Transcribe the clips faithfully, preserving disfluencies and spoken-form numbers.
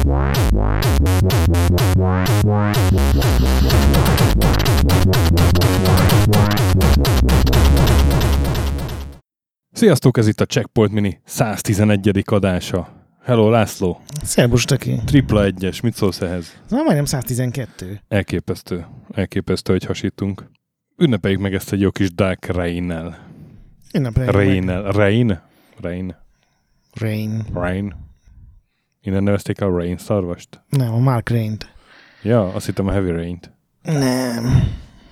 Sziasztok, ez itt a Checkpoint Mini száztizenegyedik adása. Hello, László. Szerbus, Taki. Tripla egyes, mit szólsz ehhez? Ez már majdnem száztizenkettő. Elképesztő. Elképesztő, hogy hasítunk. Ünnepeljük meg ezt egy jó kis Dark Rain-nel. Ünnepeljük Rain-nel. Rain? Rain. Rain. Rain. Innen nevezték a Rain szarvast? Nem, a Mark Rain-t. Ja, azt hittem a Heavy Rain-t. Nem.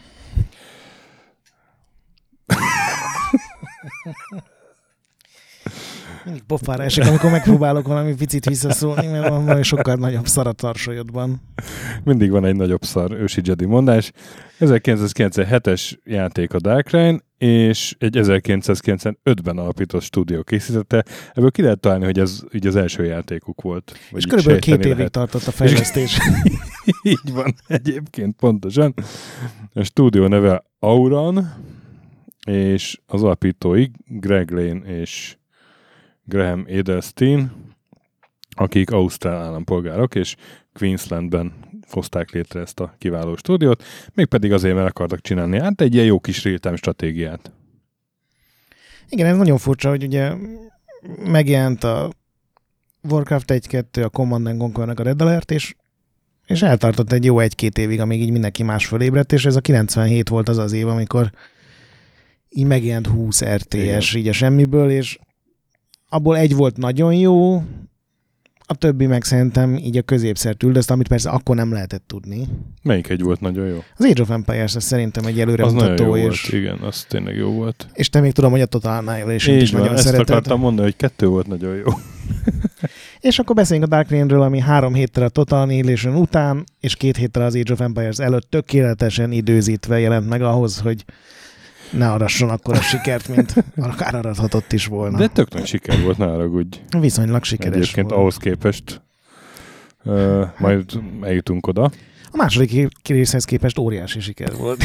Mindig pofára esek, amikor megpróbálok valami picit visszaszólni, mert van valami sokkal nagyobb szar a tarsolyodban. Mindig van egy nagyobb szar, ősi Jedi mondás. ezerkilencszázkilencvenhetes játék a Dark Rain, és egy ezerkilencszázkilencvenötben alapított stúdió készítette. Ebből ki lehet találni, hogy ez így az első játékuk volt. És körülbelül két évig lehet. Tartott a fejlesztés. Így van, egyébként pontosan. A stúdió neve Auran, és az alapítói Greg Lane és Graham Edelstein, akik ausztrál állampolgárok, és Queenslandben hozták létre ezt a kiváló stúdiót, mégpedig azért, mert akartak csinálni át egy ilyen jó kis real-time stratégiát. Igen, ez nagyon furcsa, hogy ugye megjelent a Warcraft egy kettő, a Command and Conquer-nek a Red Alert, és, és eltartott egy jó egy-két évig, amíg így mindenki más fölébredt, és ez a kilencvenhét volt az az év, amikor így megjelent húsz er té es így a semmiből, és abból egy volt nagyon jó, a többi meg szerintem így a középszert üldözte, amit persze akkor nem lehetett tudni. Melyik egy volt nagyon jó? Az Age of Empires az szerintem egy előremutató. Az nagyon jó és, volt, igen, az tényleg jó volt. És te még tudom, hogy a Total Annihilation is nagyon ezt szereted. Ezt akartam mondani, hogy kettő volt nagyon jó. És akkor beszéljünk a Dark Rainről, ami három héttel a Total Annihilation után, és két héttel az Age of Empires előtt tökéletesen időzítve jelent meg ahhoz, hogy ne arasson akkor a sikert, mint akár arathatott is volna. De tök nagy siker volt, ne haragudj. Viszonylag sikeres Egyébként volt. ahhoz képest uh, majd eljutunk oda. A második részhez képest óriási siker volt.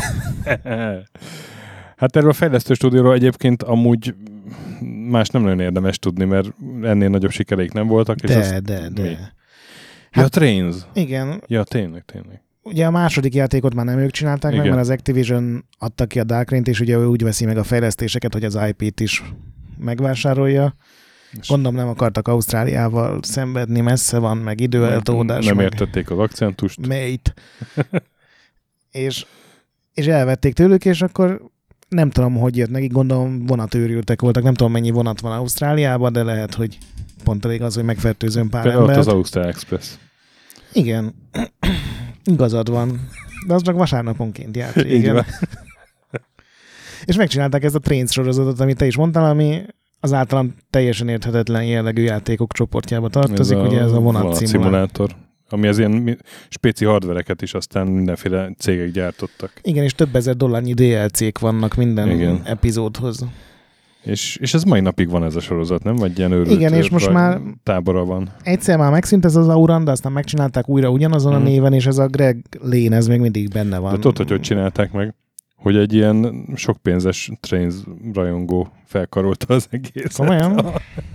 Hát erről a fejlesztő stúdióról egyébként amúgy más nem nagyon érdemes tudni, mert ennél nagyobb sikereik nem voltak. És de, azt de, de. Mi? Hát, ja, Trains. Igen. Ja, tényleg, tényleg. Ugye a második játékot már nem ők csinálták igen. meg, mert az Activision adta ki a Dark Rain-t, és ugye ő úgy veszi meg a fejlesztéseket, hogy az í pét is megvásárolja. Gondolom nem akartak Ausztráliával szenvedni, messze van, meg időeltódás. Nem meg értették az akcentust. Mate. és, és elvették tőlük, és akkor nem tudom, hogy jött nekik, gondolom vonatőrültek voltak, nem tudom mennyi vonat van Ausztráliában, de lehet, hogy pont elég az, hogy megfertőzön pár Például embert. ott az Ausztrál Express. Igen. Igazad van. De az csak vasárnaponként járt régen. És megcsinálták ezt a Trains sorozatot, amit te is mondtál, ami az általam teljesen érthetetlen jellegű játékok csoportjába tartozik. Ez ugye ez a vonatszimulátor. Ami az ilyen spéci hardvereket is aztán mindenféle cégek gyártottak. Igen, és több ezer dollárnyi dé el cé-k vannak minden igen. epizódhoz. És, és ez mai napig van ez a sorozat, nem? Vagy ilyen őrült igen, és most már tábora van. Egyszer már megszűnt ez az Auran, de aztán megcsinálták újra ugyanazon mm. a néven, és ez a Greg Lane, ez még mindig benne van. De tudod, hogy hogy csinálták meg? Hogy egy ilyen sok pénzes Trains rajongó felkarolta az egészet. Komolyan?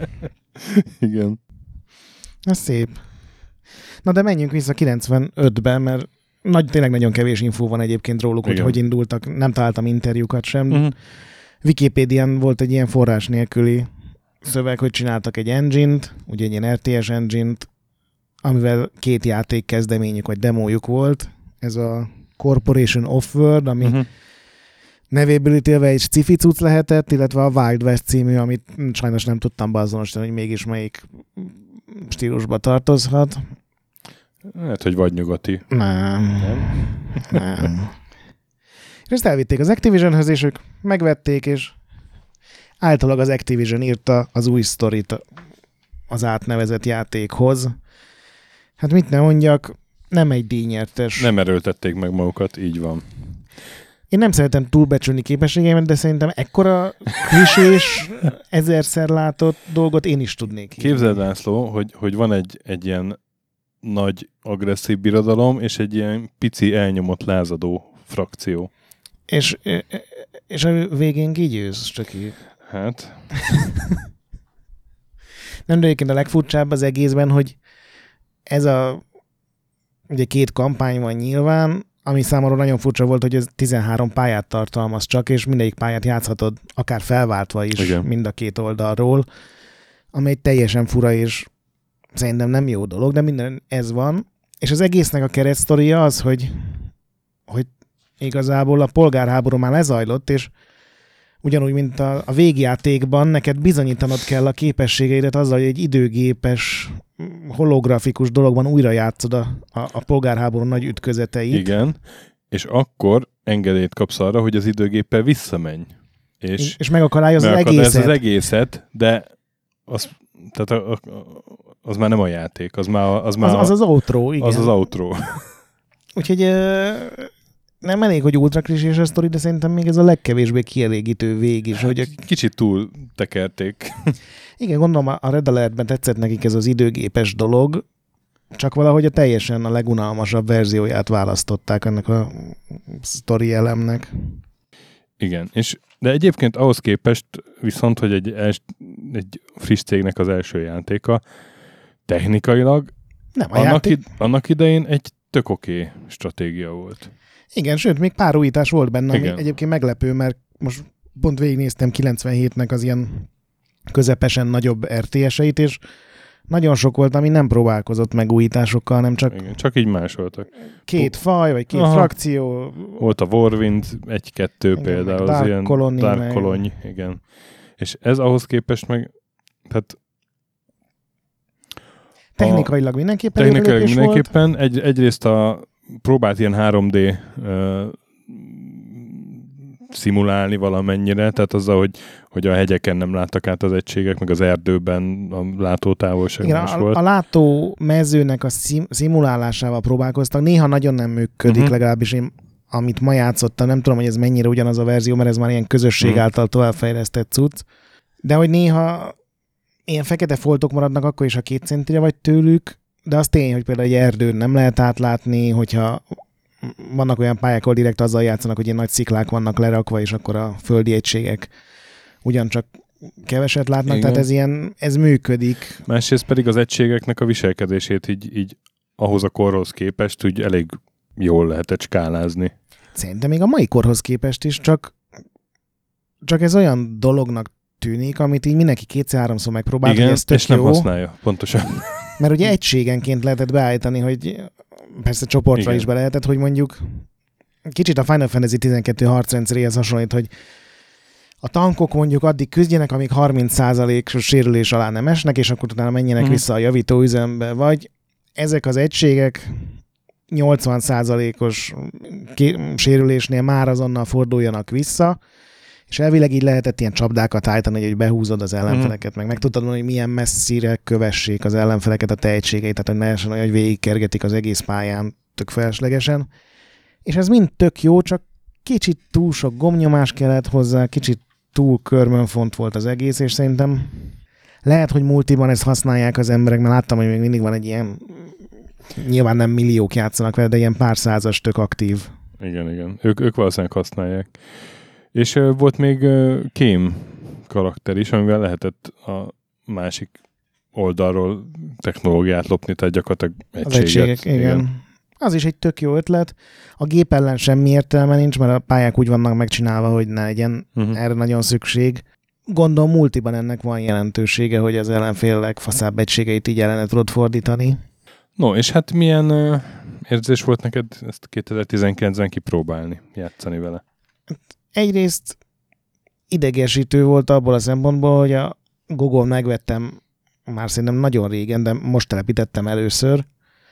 Igen. Ez szép. Na de menjünk vissza kilencvenötben, mert nagy, tényleg nagyon kevés infó van egyébként róluk, igen. hogy hogy indultak. Nem találtam interjúkat sem. Mm-hmm. Wikipédián volt egy ilyen forrás nélküli szöveg, hogy csináltak egy engine-t, ugye egy ilyen er té es engine-t, amivel két játék kezdeményük, vagy demójuk volt. Ez a Corporation Offworld, ami uh-huh. nevéből ítélve egy sci-fi cucc lehetett, illetve a Wild West című, amit sajnos nem tudtam beazonosítani, hogy mégis melyik stílusba tartozhat. Lehet, hogy vagy nyugati. Nem. Nem. Nem. És ezt elvitték az Activisionhöz, és ők megvették, és általában az Activision írta az új sztorit az átnevezett játékhoz. Hát mit ne mondjak, nem egy díjnyertes. Nem erőltették meg magukat, így van. Én nem szeretem túlbecsülni képességeimet, de szerintem ekkora klisés, ezerszer látott dolgot én is tudnék. Képzeld, László, hogy, hogy van egy, egy ilyen nagy agresszív birodalom, és egy ilyen pici elnyomott lázadó frakció. És, és a végén kigyőz, csak így. Hát. Nem, de egyébként a legfurcsább az egészben, hogy ez a ugye két kampány van nyilván, ami számomra nagyon furcsa volt, hogy ez tizenhárom pályát tartalmaz csak, és mindegyik pályát játszhatod, akár felváltva is. Igen. Mind a két oldalról, amely teljesen fura, és szerintem nem jó dolog, de minden ez van. És az egésznek a keresztsztoria az, hogy, hogy igazából a polgárháború már lezajlott, és ugyanúgy, mint a, a végjátékban, neked bizonyítanod kell a képességeidet azzal, hogy egy időgépes, holografikus dologban újra játszod a, a, a polgárháború nagy ütközeteit. Igen, és akkor engedélyt kapsz arra, hogy az időgéppel visszamenj. És, és megakadályoz az egészet. az egészet, de az, tehát a, a, az már nem a játék, az már az már az, az, az outro, igen. Az az outro. Úgyhogy nem elég, hogy ultra klisés a sztori, de szerintem még ez a legkevésbé kielégítő vég is. Hogy a... Kicsit túl tekerték. Igen, gondolom a Red Alertben tetszett nekik ez az időgépes dolog, csak valahogy a teljesen a legunalmasabb verzióját választották ennek a sztori elemnek. Igen, és de egyébként ahhoz képest viszont, hogy egy, els, egy friss cégnek az első játéka technikailag nem a annak, játék... id, annak idején egy tök oké okay stratégia volt. Igen, sőt, még pár újítás volt benne, ami egyébként meglepő, mert most pont végignéztem kilencvenhétnek az ilyen közepesen nagyobb er té es-eit, és nagyon sok volt, ami nem próbálkozott meg újításokkal, nem csak... Igen, csak így másoltak. Két faj, vagy két Aha. frakció. Volt a Warwind, egy-kettő igen, például, az ilyen Colony, Dark meg... Colony, igen. És ez ahhoz képest meg, tehát technikailag mindenképpen technikailag mindenképpen. Egy, egyrészt a próbált ilyen három dé uh, szimulálni valamennyire, tehát azzal, hogy, hogy a hegyeken nem láttak át az egységek, meg az erdőben a látótávolság igen, más a, volt. A látó mezőnek a szim, szimulálásával próbálkoztak. Néha nagyon nem működik, uh-huh. legalábbis én, amit ma játszottam, nem tudom, hogy ez mennyire ugyanaz a verzió, mert ez már ilyen közösség uh-huh. által továbbfejlesztett cucc. De hogy néha ilyen fekete foltok maradnak akkor is, ha két centire vagy tőlük, de az tény, hogy például egy erdőn nem lehet átlátni, hogyha vannak olyan pályák, ahol direkt azzal játszanak, hogy ilyen nagy sziklák vannak lerakva, és akkor a földi egységek ugyancsak keveset látnak, igen. Tehát ez ilyen, ez működik. Másrészt pedig az egységeknek a viselkedését így, így ahhoz a korhoz képest úgy elég jól lehetett skálázni. Szerintem még a mai korhoz képest is, csak, csak ez olyan dolognak tűnik, amit így mindenki kétszer-háromszor megpróbál, igen, hogy ez tök és nem jó. használja, pontosan. Mert ugye egységenként lehetett beállítani, hogy persze csoportra igen. is be lehetett, hogy mondjuk kicsit a Final Fantasy tizenkettő harcrendszeréhez hasonlít, hogy a tankok mondjuk addig küzdjenek, amíg harminc százalékos sérülés alá nem esnek, és akkor utána menjenek mm. vissza a javító üzembe, vagy ezek az egységek nyolcvan százalékos sérülésnél már azonnal forduljanak vissza, és elvileg így lehetett ilyen csapdákat állítani, hogy behúzod az ellenfeleket, mm. meg meg tudtad mondani, hogy milyen messzire kövessék az ellenfeleket a te egységeit, tehát hogy ne essen olyan, hogy végigkergetik az egész pályán tök feleslegesen. És ez mind tök jó, csak kicsit túl sok gomnyomás kellett hozzá, kicsit túl körmönfont volt az egész, és szerintem lehet, hogy multiban ezt használják az emberek, mert láttam, hogy még mindig van egy ilyen, nyilván nem milliók játszanak vele, de ilyen pár százas tök aktív. Igen, igen. Ők, ők valószínűleg használják. És uh, volt még uh, kém karakter is, amivel lehetett a másik oldalról technológiát lopni, tehát gyakorlatilag egységet. Az egységek, igen. igen. Az is egy tök jó ötlet. A gép ellen semmi értelme nincs, mert a pályák úgy vannak megcsinálva, hogy ne legyen uh-huh. erre nagyon szükség. Gondolom multiban ennek van jelentősége, hogy az ellenfél legfaszább egységeit így ellene tudod fordítani. No, és hát milyen uh, érzés volt neked ezt kétezer-tizenkilencben kipróbálni, játszani vele? Egyrészt idegesítő volt abból a szempontból, hogy a Gogon megvettem már szerintem nagyon régen, de most telepítettem először,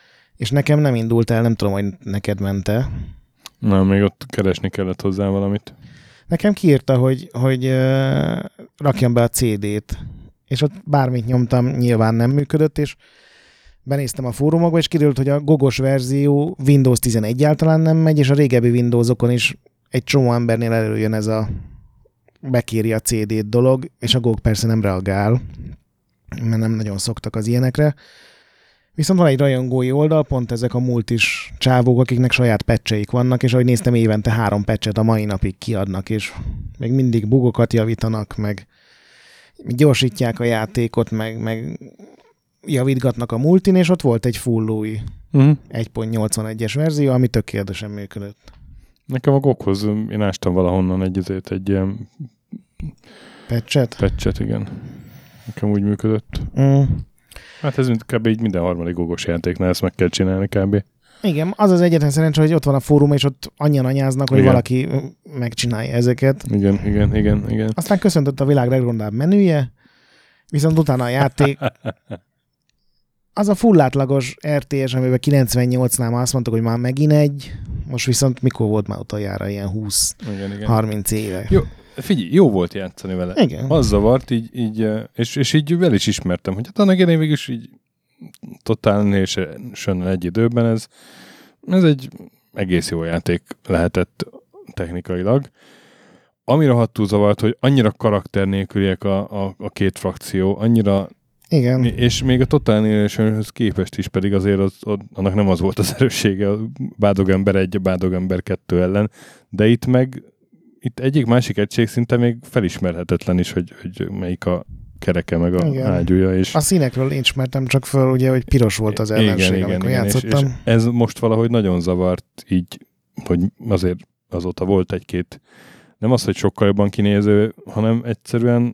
és nekem nem indult el, nem tudom, hogy neked ment-e. Na, még ott keresni kellett hozzá valamit. Nekem kiírta, hogy, hogy uh, rakjam be a cé dét, és ott bármit nyomtam, nyilván nem működött, és benéztem a fórumokba, és kiderült, hogy a gogos verzió Windows tíz egyáltalán nem megy, és a régebbi Windowsokon is egy csomó embernél előjön ez a bekéri a cé dét dolog, és a gé o gé persze nem reagál, mert nem nagyon szoktak az ilyenekre. Viszont van egy rajongói oldal, pont ezek a multis csávók, akiknek saját patcheik vannak, és ahogy néztem, évente három patchet a mai napig kiadnak, és még mindig bugokat javítanak, meg gyorsítják a játékot, meg, meg javítgatnak a multin, és ott volt egy full új uh-huh. egy pont nyolcvanegyes verzió, ami tökéletesen működött. Nekem a gokhoz én ástam valahonnan egy, ezért, egy ilyen patchet? Patchet, igen. Nekem úgy működött. Mm. Hát ez kb. Így minden harmadik gogos játéknál ezt meg kell csinálni kb. Igen, az az egyetlen szerencsé, hogy ott van a fórum, és ott annyian anyáznak, hogy igen. valaki megcsinálja ezeket. Igen, igen, igen, igen. Aztán köszöntött a világ legrondább menüje, viszont utána a játék az a full átlagos er té es, amiben kilencvennyolcnál már azt mondtuk, hogy már megint egy, most viszont mikor volt már utoljára ilyen húsz-harminc éve. Jó, figyelj, jó volt játszani vele. Igen. Az zavart, így, így és, és így el is ismertem, hogy hát annak én végülis így totál nézsen egy időben ez, ez egy egész jó játék lehetett technikailag. Amire hattul zavart, hogy annyira karakter nélküliek a, a, a két frakció, annyira igen. És még a Total Annihilation-höz képest is pedig azért az, az, annak nem az volt az erőssége a Bádog ember egy, a Bádog ember kettő ellen, de itt meg itt egyik másik egység szinte még felismerhetetlen is, hogy, hogy melyik a kereke meg a igen. ágyúja. És a színekről én ismertem csak föl, ugye, hogy piros volt az ellenség, igen, amikor igen, játszottam. És, és ez most valahogy nagyon zavart így, hogy azért azóta volt egy-két, nem az, hogy sokkal jobban kinéző, hanem egyszerűen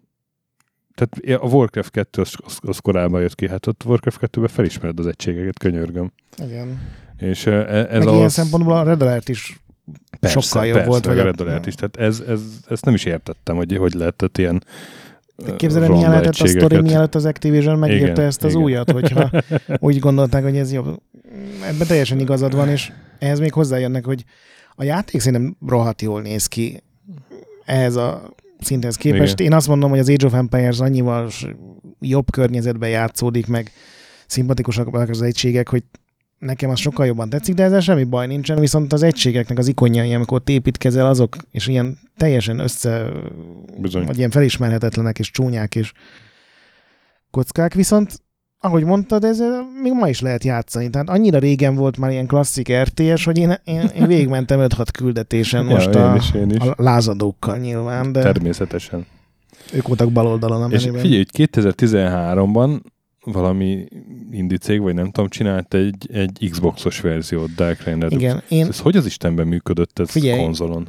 tehát a Warcraft kettő az, az, az korábban jött ki, hát ott Warcraft kettőben felismered az egységeket, könyörgöm. Igen. És ez meg az... ilyen szempontból a Red Alert is persze, sokkal jobb persze, volt. Vagy vagy a Red Alert is, tehát ez, ez, ezt nem is értettem, hogy hogy lehetett ilyen képzelem, milyen lehetett a sztori, mielőtt az Activision megírta igen, ezt az igen. újat, hogyha úgy gondolták, hogy ez jobb. Ebben teljesen igazad van, és ehhez még hozzájönnek, hogy a játék szerintem rohadt jól néz ki ehhez a szinthez képest. Igen. Én azt mondom, hogy az Age of Empires annyival jobb környezetben játszódik, meg szimpatikusak az egységek, hogy nekem az sokkal jobban tetszik, de ezzel semmi baj nincsen, viszont az egységeknek az ikonjai, amikor ott építkezel, azok, és ilyen teljesen össze, bizony. Vagy ilyen felismerhetetlenek, és csúnyák, és kockák, viszont ahogy mondtad, ez még ma is lehet játszani. Tehát annyira régen volt már ilyen klasszik er té es, hogy én, én, én végigmentem öt-hat küldetésen most ja, én a, is, én is. a lázadókkal nyilván, de természetesen. Ők voltak bal oldalon a menüben. És figyelj, hogy kétezer-tizenháromban valami indie cég, vagy nem tudom, csinált egy, egy Xboxos verziót, Dark Reign Redux. Igen, én... Ez hogy az Istenben működött ez figyelj, konzolon?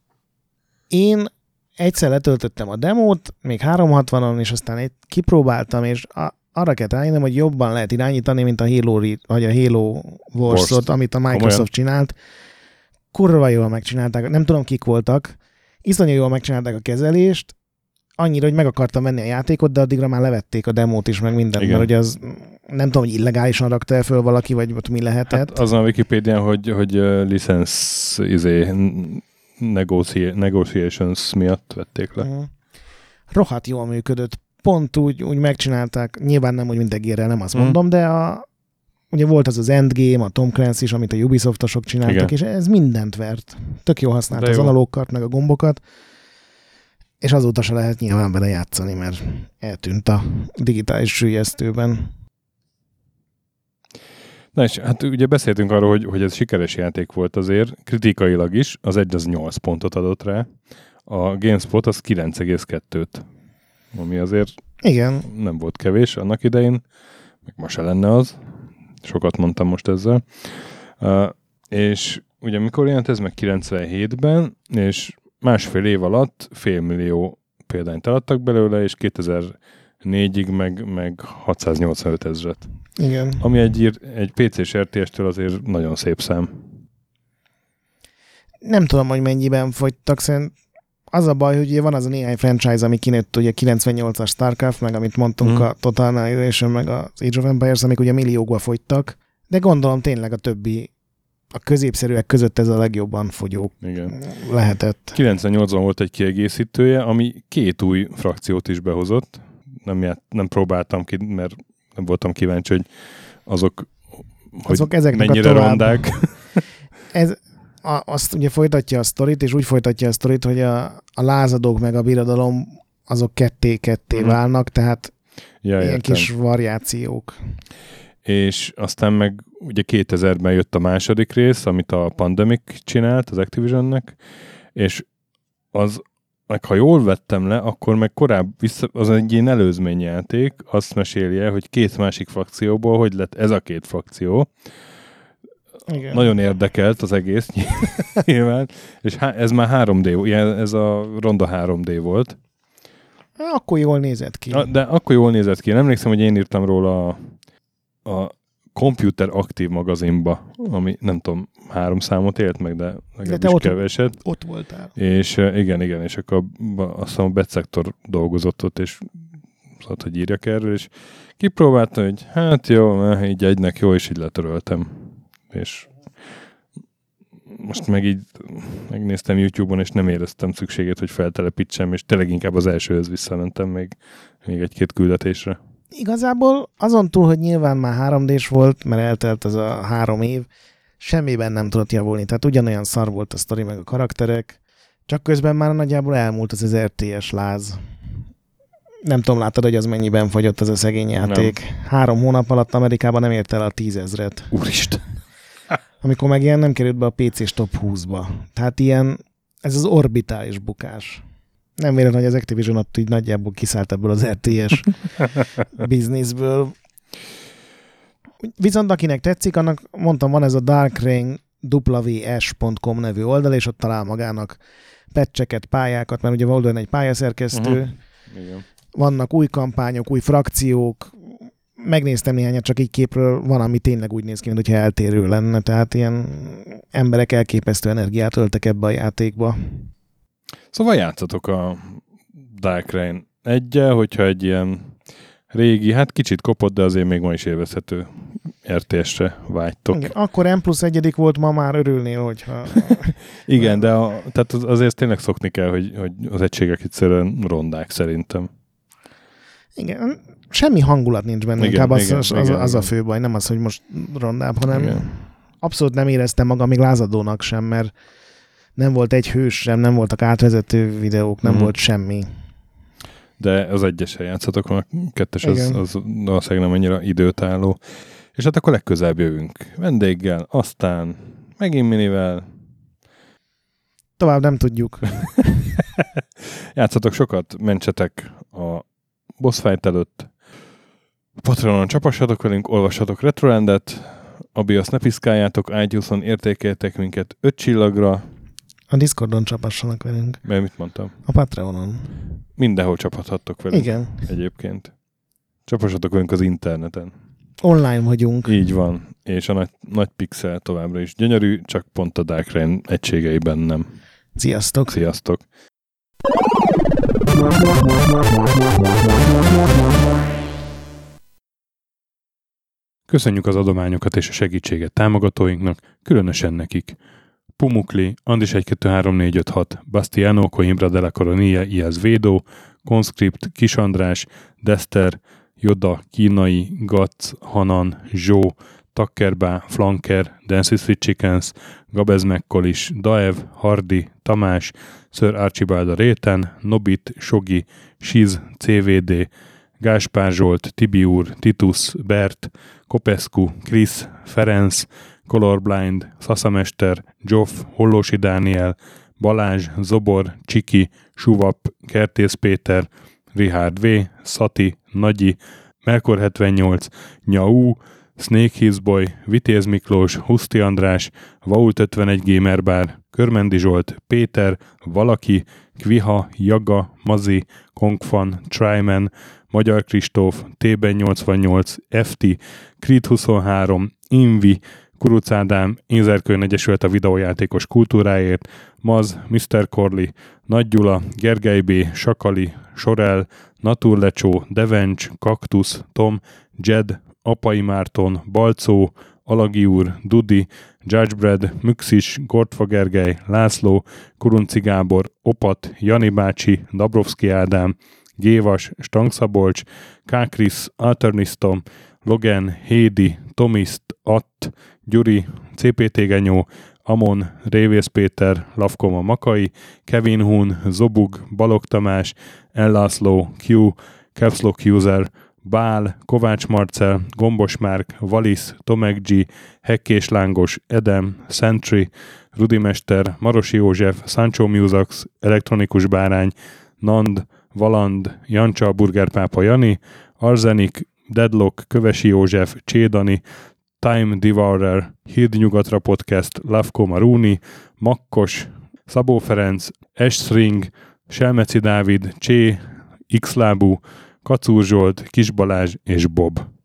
Én egyszer letöltöttem a demót, még háromszázhatvanon, és aztán egy kipróbáltam, és a, arra kell rájönnöm, hogy jobban lehet irányítani, mint a Halo, vagy a Halo Wars-ot, amit a Microsoft Komolyan? csinált. Kurva jól megcsinálták, nem tudom kik voltak, iszonyú jól megcsinálták a kezelést, annyira, hogy meg akartam venni a játékot, de addigra már levették a demót is, meg mindent, igen. mert hogy az nem tudom, hogy illegálisan rakta el föl valaki, vagy ott mi lehetett. Hát azon a Wikipédián, hogy, hogy uh, licensz izé, negoci- negotiations miatt vették le. Uh-huh. Rohadt jól működött. Pont úgy, úgy megcsinálták, nyilván nem úgy, mint egérrel, nem azt uh-huh. mondom, de a, ugye volt az az Endgame, a Tom Clancy is, amit a Ubisoftosok csináltak, igen. és ez mindent vert. Tök jól használta az analógkart, meg a gombokat. És azóta se lehet nyilván vele játszani, mert eltűnt a digitális süllyesztőben. Na és hát ugye beszéltünk arról, hogy, hogy ez sikeres játék volt azért, kritikailag is, az egy az nyolc pontot adott rá, a GameSpot az kilenc egész kettőt, ami azért igen. nem volt kevés annak idején, meg ma se lenne az, sokat mondtam most ezzel. Uh, és ugye mikor jelent ez meg kilencvenhétben, és másfél év alatt félmillió példányt eladtak belőle, és kétezer-négyig meg, meg hatszáznyolcvanöt ezret. Igen. Ami egy, egy pé cés er té es-től azért nagyon szép szám. Nem tudom, hogy mennyiben fogytak, szerint az a baj, hogy van az a néhány franchise, ami kinőtt, ugye kilencvennyolcas Starcraft, meg amit mondtunk, mm. a Total Annihilation, meg az Age of Empires, amik ugye milliókba fogytak, de gondolom tényleg a többi a középszerűek között ez a legjobban fogyó igen. lehetett. kilencvennyolcban volt egy kiegészítője, ami két új frakciót is behozott. Nem, ját, nem próbáltam ki, mert nem voltam kíváncsi, hogy azok, azok hogy mennyire rondák. Ez, a, azt ugye folytatja a sztorit, és úgy folytatja a sztorit, hogy a, a lázadók meg a birodalom azok ketté-ketté mm. válnak, tehát ja, ilyen értem. Kis variációk. És aztán meg ugye kétezerben jött a második rész, amit a Pandemic csinált az Activisionnek, és az meg ha jól vettem le, akkor meg korábban vissza, az egy ilyen előzményjáték, azt meséli el, hogy két másik frakcióból, hogy lett ez a két frakció. Igen. Nagyon érdekelt az egész nyilván, és há- ez már három dé, ez a ronda három dé volt. Akkor jól nézett ki. De akkor jól nézett ki. Én emlékszem, hogy én írtam róla a, a Computer Aktív magazinba, ami nem tudom, három számot élt meg, de legalábbis ott, keveset. Ott voltál. És igen, igen, és akkor azt hiszem a Betszektor dolgozott ott, és szóval, hogy írjak erről, és kipróbáltam, hogy hát jó, így egynek jó, és így letöröltem. És most meg így megnéztem YouTube-on, és nem éreztem szükségét, hogy feltelepítsem, és tényleg inkább az elsőhöz visszamentem még, még egy-két küldetésre. Igazából azon túl, hogy nyilván már három dés volt, mert eltelt az a három év, semmiben nem tudott javulni. Tehát ugyanolyan szar volt a sztori meg a karakterek, csak közben már nagyjából elmúlt az az er té es láz. Nem tudom, láttad, hogy az mennyiben fogyott az a szegény játék. Nem. Három hónap alatt Amerikában nem ért el a tízezret. Úristen! Amikor meg ilyen nem került be a pé cés top húszba. Tehát ilyen, ez az orbitális bukás. Nem véletlen, hogy az Activision ott így nagyjából kiszállt ebből az er té es bizniszből. Viszont akinek tetszik, annak mondtam, van ez a darkrain w s pont com nevű oldal, és ott talál magának patcheket, pályákat, mert ugye Walden egy pályaszerkesztő. Uh-huh. Igen. Vannak új kampányok, új frakciók, megnéztem néhányat, csak így képről van, ami tényleg úgy néz ki, mintha eltérő lenne, tehát ilyen emberek elképesztő energiát öltek ebbe a játékba. Szóval játszatok a Darkrain egyel, hogyha egy ilyen régi, hát kicsit kopott, de azért még ma is élvezhető er té esre vágytok. Igen, akkor M plusz egyedik volt, ma már örülnél, hogyha... Igen, de a, tehát azért tényleg szokni kell, hogy, hogy az egységek egyszerűen rondák szerintem. Igen, semmi hangulat nincs benne, igen, inkább az, igen, az, igen, az, igen. az a fő baj, nem az, hogy most rondább, hanem igen. Abszolút nem éreztem magam még lázadónak sem, mert nem volt egy hős sem, nem voltak átvezető videók, nem mm. volt semmi. De az egyesen játszatok, a kettes az, az valószínűleg nem annyira időtálló. És hát akkor legközelebb jövünk. Vendéggel, aztán megint minivel. Tovább nem tudjuk. Játszatok sokat, mentsetek a boss fight előtt. Patreonon csapassatok velünk, olvassatok Retrolandet, a BIOS ne piszkáljátok, iTunes-on értékeltek minket öt csillagra. A Discordon csapassanak velünk. Mert mit mondtam? A Patreonon. Mindenhol csapathattok velünk. Igen. Egyébként. Csapassatok velünk az interneten. Online vagyunk. Így van. És a nagy, nagy pixel továbbra is gyönyörű, csak pont a Darkrain egységeiben nem. Sziasztok! Sziasztok! Köszönjük az adományokat és a segítséget támogatóinknak, különösen nekik. Pumukli, Andris egy kettő három négy öt hat, Bastiano, Coimbra de la Coronilla, Iaz Védó, Conscript, Kis András, Dester, Joda, Kínai, Gatz, Hanan, Zsó, Takkerbá, Flanker, Dancy Sweet Chickens, Gabez Mekkolis, Daev, Hardi, Tamás, Sir Archibald a Réten, Nobit, Sogi, Siz, cé vé dé, Gáspár Zsolt, Tibiúr, Titus, Bert, Kopescu, Krisz, Ferenc, Colorblind, Szaszamester, Zsoff, Hollósi Dániel, Balázs, Zobor, Csiki, Suvap, Kertész Péter, Richard V, Szati, Nagyi, Melkor hetvennyolc, Nyau, Snake Hillsboy, Vitéz Miklós, Huszti András, Vault ötvenegy Gamerbar, Körmendi Zsolt, Péter, Valaki, Kviha, Jaga, Mazi, Kongfan, Tryman, Magyar Kristóf, T-ben nyolcvannyolc, ef té, Creed huszonhárom, Invi, Kuruc Ádám, Ézerkőn Egyesület a videójátékos kultúráért, Maz, miszter Corley, Nagy Gyula, Gergely B., Sakali, Sorel, Naturlecsó, Devencs, Kaktusz, Tom, Jed, Apai Márton, Balcó, Alagi úr, Dudi, Judgebred, Müxis, Gortfa Gergely, László, Kurunci Gábor, Opat, Jani bácsi, Dabrowski Ádám, Gévas, Stangszabolcs, Kákris, Alternisztom, Logan, Hédi, Tomiszt, Att, Gyuri, cé pé té Genyó, Amon, Révész Péter, Lavkoma Makai, Kevin Hun, Zobug, Balog Tamás, Ellászló, Q, Capslock User, Bál, Kovács Marcel, Gombos Márk, Valisz, Tomek G, Hekkés Lángos, Edem, Sentry, Rudimester, Marosi József, Sancho Musax, Elektronikus Bárány, Nand, Valand, Jancsa, Burgerpápa Jani, Arzenik, Deadlock, Kövesi József, Csédani, Time Devourer, Hídnyugatra Podcast, Lavko Maruni, Makkos, Szabó Ferenc, Estring, Selmeci Dávid, Csé, Xlábú, Kacúr Zsolt, Kis Balázs és Bob.